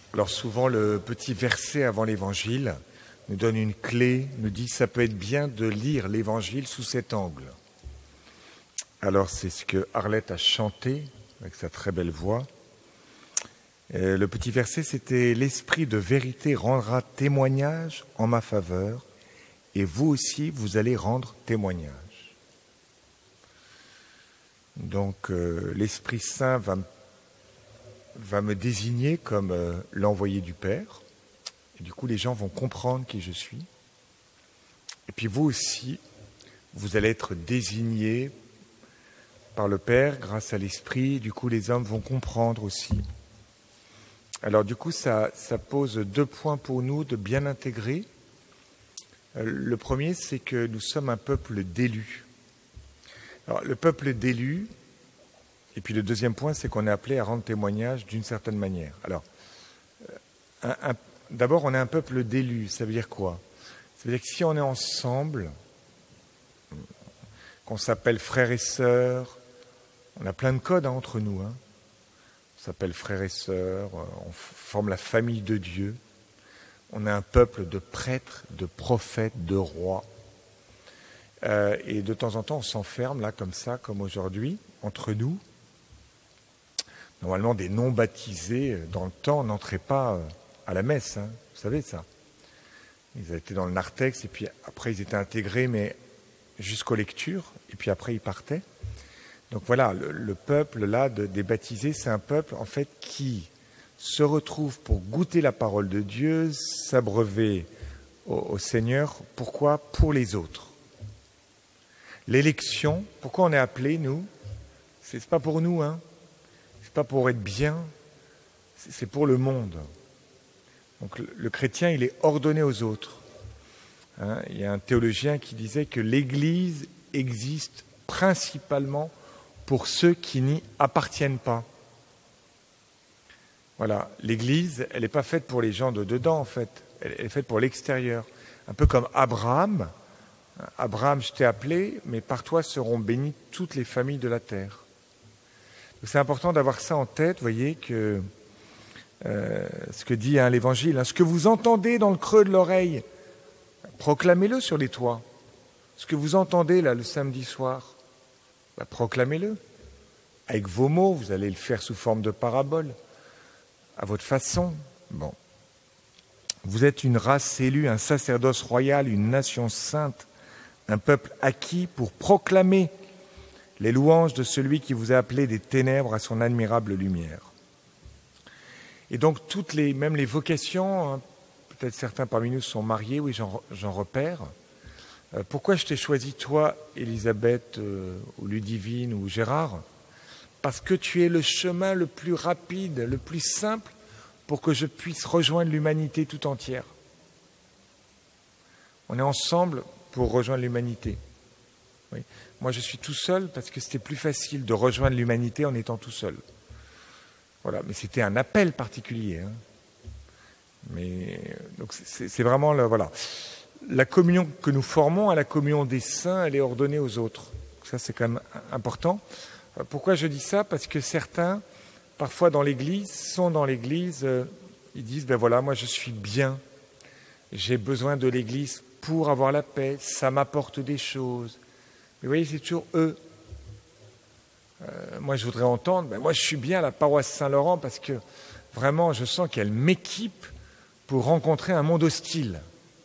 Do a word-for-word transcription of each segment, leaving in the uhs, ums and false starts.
Alors souvent, le petit verset avant l'évangile nous donne une clé, nous dit ça peut être bien de lire l'évangile sous cet angle. Alors c'est ce que Arlette a chanté avec sa très belle voix. Et le petit verset, c'était « L'esprit de vérité rendra témoignage en ma faveur, et vous aussi, vous allez rendre témoignage. » Donc euh, l'Esprit Saint va, va me désigner comme euh, l'envoyé du Père. Et du coup, les gens vont comprendre qui je suis. Et puis vous aussi, vous allez être désignés par le Père grâce à l'Esprit. Du coup, les hommes vont comprendre aussi. Alors du coup, ça, ça pose deux points pour nous de bien intégrer. Le premier, c'est que nous sommes un peuple d'élus. Alors, le peuple d'élus, et puis le deuxième point, c'est qu'on est appelé à rendre témoignage d'une certaine manière. Alors, un, un, d'abord, on est un peuple d'élus. Ça veut dire quoi? Ça veut dire que si on est ensemble, qu'on s'appelle frères et sœurs, on a plein de codes hein, entre nous. Hein. On s'appelle frères et sœurs, on forme la famille de Dieu. On est un peuple de prêtres, de prophètes, de rois. Euh, et de temps en temps, on s'enferme, là, comme ça, comme aujourd'hui, entre nous. Normalement, des non-baptisés, dans le temps, n'entraient pas à la messe. Hein, vous savez ça. Ils étaient dans le narthex, et puis après, ils étaient intégrés, mais jusqu'aux lectures, et puis après, ils partaient. Donc voilà, le, le peuple, là, de, des baptisés, c'est un peuple, en fait, qui se retrouve pour goûter la parole de Dieu, s'abreuver au, au Seigneur. Pourquoi? Pour les autres. L'élection, pourquoi on est appelé, nous? C'est pas pour nous, hein. C'est pas pour être bien, c'est pour le monde. Donc le, le chrétien, il est ordonné aux autres. Hein, il y a un théologien qui disait que l'Église existe principalement pour ceux qui n'y appartiennent pas. Voilà, l'Église, elle n'est pas faite pour les gens de dedans, en fait. Elle est faite pour l'extérieur. Un peu comme Abraham. Abraham, je t'ai appelé, mais par toi seront bénies toutes les familles de la terre. Donc c'est important d'avoir ça en tête, vous voyez, que euh, ce que dit hein, l'Évangile, hein, ce que vous entendez dans le creux de l'oreille, proclamez-le sur les toits. Ce que vous entendez là le samedi soir, bah, proclamez-le. Avec vos mots, vous allez le faire sous forme de parabole, à votre façon. Bon. Vous êtes une race élue, un sacerdoce royal, une nation sainte, un peuple acquis pour proclamer les louanges de celui qui vous a appelé des ténèbres à son admirable lumière. Et donc, toutes les, même les vocations, hein, peut-être certains parmi nous sont mariés, oui, j'en, j'en repère. Euh, pourquoi je t'ai choisi, toi, Élisabeth, euh, ou Ludivine, ou Gérard? Parce que tu es le chemin le plus rapide, le plus simple, pour que je puisse rejoindre l'humanité tout entière. On est ensemble pour rejoindre l'humanité. Oui. Moi, je suis tout seul parce que c'était plus facile de rejoindre l'humanité en étant tout seul. Voilà, mais c'était un appel particulier. Hein. Mais donc c'est, c'est vraiment le, voilà. La communion que nous formons à la communion des saints, elle est ordonnée aux autres. Ça, c'est quand même important. Pourquoi je dis ça? Parce que certains, parfois dans l'Église, sont dans l'Église, euh, ils disent, ben voilà, moi je suis bien, j'ai besoin de l'Église pour avoir la paix, ça m'apporte des choses. Mais vous voyez, c'est toujours eux. Euh, moi, je voudrais entendre, ben moi je suis bien à la paroisse Saint-Laurent parce que vraiment, je sens qu'elle m'équipe pour rencontrer un monde hostile.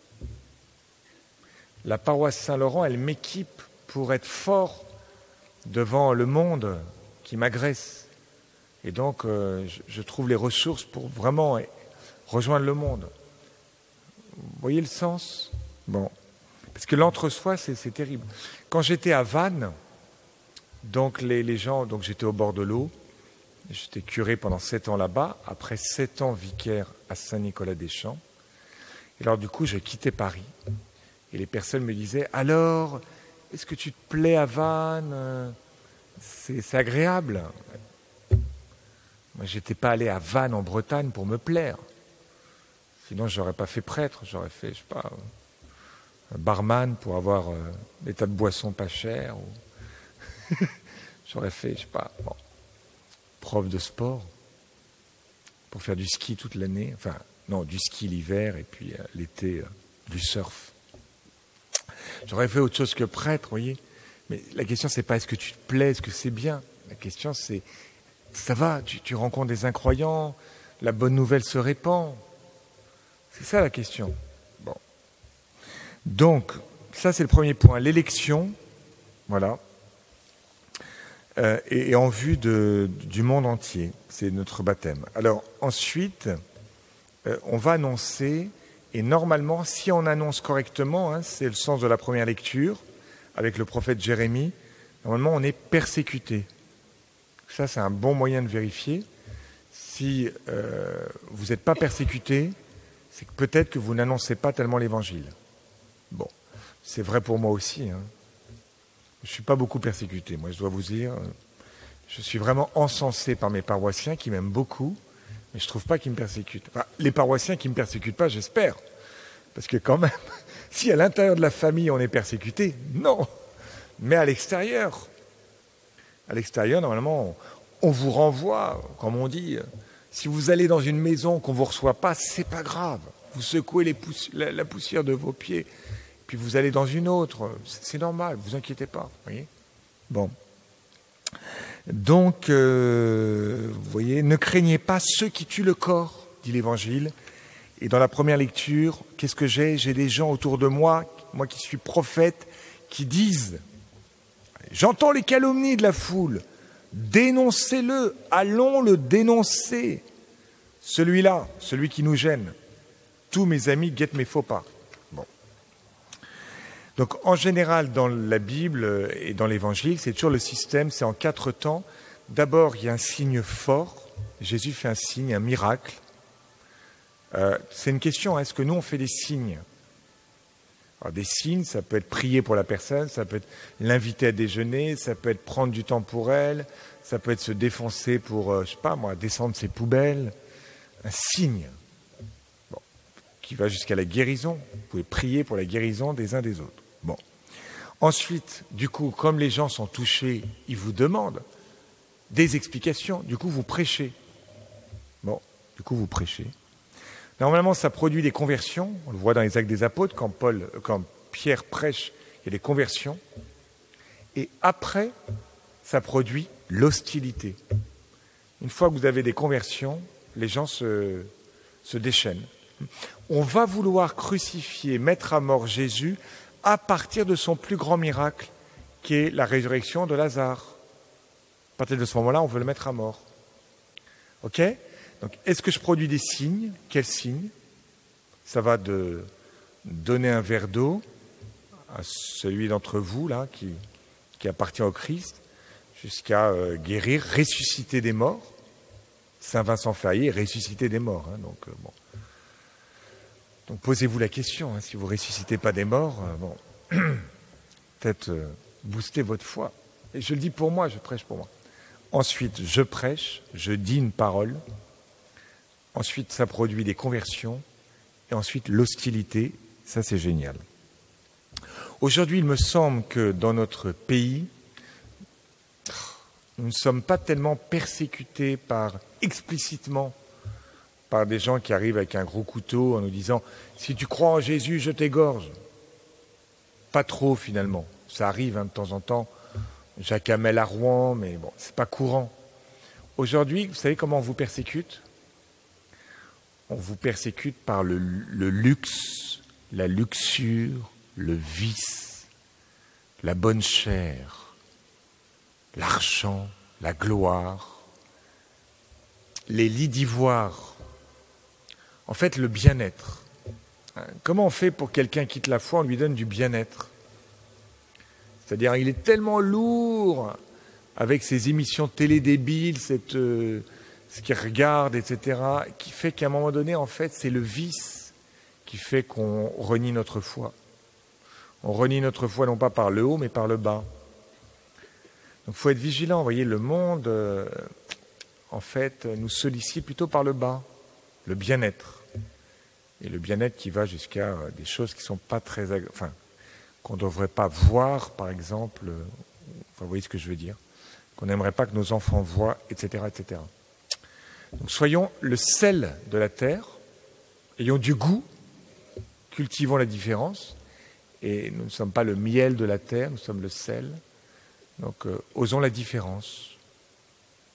La paroisse Saint-Laurent, elle m'équipe pour être fort devant le monde qui m'agresse. Et donc, euh, je, je trouve les ressources pour vraiment rejoindre le monde. Vous voyez le sens? Bon. Parce que l'entre-soi, c'est, c'est terrible. Quand j'étais à Vannes, donc les, les gens, donc j'étais au bord de l'eau, j'étais curé pendant sept ans là-bas, après sept ans vicaire à Saint-Nicolas-des-Champs. Et alors du coup, j'ai quitté Paris. Et les personnes me disaient, alors, est-ce que tu te plais à Vannes? C'est, c'est agréable. Moi, j'étais pas allé à Vannes en Bretagne pour me plaire. Sinon, j'aurais pas fait prêtre, j'aurais fait, je sais pas, un barman pour avoir euh, des tas de boissons pas chères. Ou... j'aurais fait, je sais pas, bon, prof de sport. pour faire du ski toute l'année. Enfin, non, du ski l'hiver et puis euh, l'été, euh, du surf. J'aurais fait autre chose que prêtre, vous voyez. Mais la question, c'est pas est-ce que tu te plais, est-ce que c'est bien. La question, c'est ça va, tu, tu rencontres des incroyants, la bonne nouvelle se répand. C'est ça la question. Bon. Donc, ça c'est le premier point, l'élection, voilà, euh, et, et en vue de, du monde entier, c'est notre baptême. Alors ensuite, euh, on va annoncer, et normalement, si on annonce correctement, hein, c'est le sens de la première lecture, avec le prophète Jérémie, normalement on est persécuté. Ça, c'est un bon moyen de vérifier. Si euh, vous n'êtes pas persécuté, c'est que peut-être que vous n'annoncez pas tellement l'évangile. Bon, c'est vrai pour moi aussi. Hein. Je ne suis pas beaucoup persécuté, moi, je dois vous dire. Je suis vraiment encensé par mes paroissiens qui m'aiment beaucoup, mais je ne trouve pas qu'ils me persécutent. Enfin, les paroissiens qui ne me persécutent pas, j'espère. Parce que quand même, si à l'intérieur de la famille on est persécuté, non. Mais à l'extérieur... À l'extérieur, normalement, on vous renvoie, comme on dit. Si vous allez dans une maison qu'on ne vous reçoit pas, c'est pas grave. Vous secouez les pouss- la, la poussière de vos pieds, puis vous allez dans une autre. C'est, c'est normal, vous inquiétez pas. Vous voyez ? Bon. Donc, euh, vous voyez, ne craignez pas ceux qui tuent le corps, dit l'Évangile. Et dans la première lecture, qu'est-ce que j'ai ? J'ai des gens autour de moi, moi qui suis prophète, qui disent... J'entends les calomnies de la foule. Dénoncez-le, allons le dénoncer. Celui-là, celui qui nous gêne. Tous mes amis guettent mes faux pas. Bon. Donc en général, dans la Bible et dans l'Évangile, c'est toujours le système, c'est en quatre temps. D'abord, il y a un signe fort. Jésus fait un signe, un miracle. Euh, c'est une question, hein, est-ce que nous on fait des signes ? Alors, des signes, ça peut être prier pour la personne, ça peut être l'inviter à déjeuner, ça peut être prendre du temps pour elle, ça peut être se défoncer pour, euh, je sais pas moi, descendre ses poubelles. Un signe, bon, qui va jusqu'à la guérison. Vous pouvez prier pour la guérison des uns des autres. Bon. Ensuite, du coup, comme les gens sont touchés, ils vous demandent des explications. Du coup, vous prêchez. Bon, du coup, vous prêchez. Normalement, ça produit des conversions. On le voit dans les Actes des Apôtres, quand, Paul, quand Pierre prêche, il y a des conversions. Et après, ça produit l'hostilité. Une fois que vous avez des conversions, les gens se, se déchaînent. On va vouloir crucifier, mettre à mort Jésus à partir de son plus grand miracle, qui est la résurrection de Lazare. À partir de ce moment-là, on veut le mettre à mort. OK ? Donc, est-ce que je produis des signes ? Quels signes ? Ça va de donner un verre d'eau à celui d'entre vous là qui, qui appartient au Christ, jusqu'à euh, guérir, ressusciter des morts. Saint Vincent Ferrier, ressusciter des morts. Hein, donc, euh, bon. donc, posez-vous la question. Hein, si vous ne ressuscitez pas des morts, euh, bon, peut-être euh, booster votre foi. Et je le dis pour moi, je prêche pour moi. Ensuite, je prêche, je dis une parole. Ensuite, ça produit des conversions. Et ensuite, l'hostilité. Ça, c'est génial. Aujourd'hui, il me semble que dans notre pays, nous ne sommes pas tellement persécutés par, explicitement par des gens qui arrivent avec un gros couteau en nous disant « Si tu crois en Jésus, je t'égorge ». Pas trop, finalement. Ça arrive hein, de temps en temps. Jacques Hamel à Rouen, mais bon, c'est pas courant. Aujourd'hui, vous savez comment on vous persécute ? On vous persécute par le, le luxe, la luxure, le vice, la bonne chair, l'argent, la gloire, les lits d'ivoire. En fait, le bien-être. Comment on fait pour que quelqu'un quitte la foi ? On lui donne du bien-être. C'est-à-dire, il est tellement lourd avec ses émissions télé débiles, cette... Euh, ce qu'il regarde, et cetera, qui fait qu'à un moment donné, en fait, c'est le vice qui fait qu'on renie notre foi. On renie notre foi non pas par le haut, mais par le bas. Donc il faut être vigilant. Vous voyez, le monde, euh, en fait, nous sollicite plutôt par le bas, le bien-être. Et le bien-être qui va jusqu'à euh, des choses qui ne sont pas très... Ag... Enfin, qu'on ne devrait pas voir, par exemple. Euh, enfin, vous voyez ce que je veux dire ? Qu'on n'aimerait pas que nos enfants voient, et cetera, et cetera. Donc soyons le sel de la terre, ayons du goût, cultivons la différence, et nous ne sommes pas le miel de la terre, nous sommes le sel. Donc euh, osons la différence.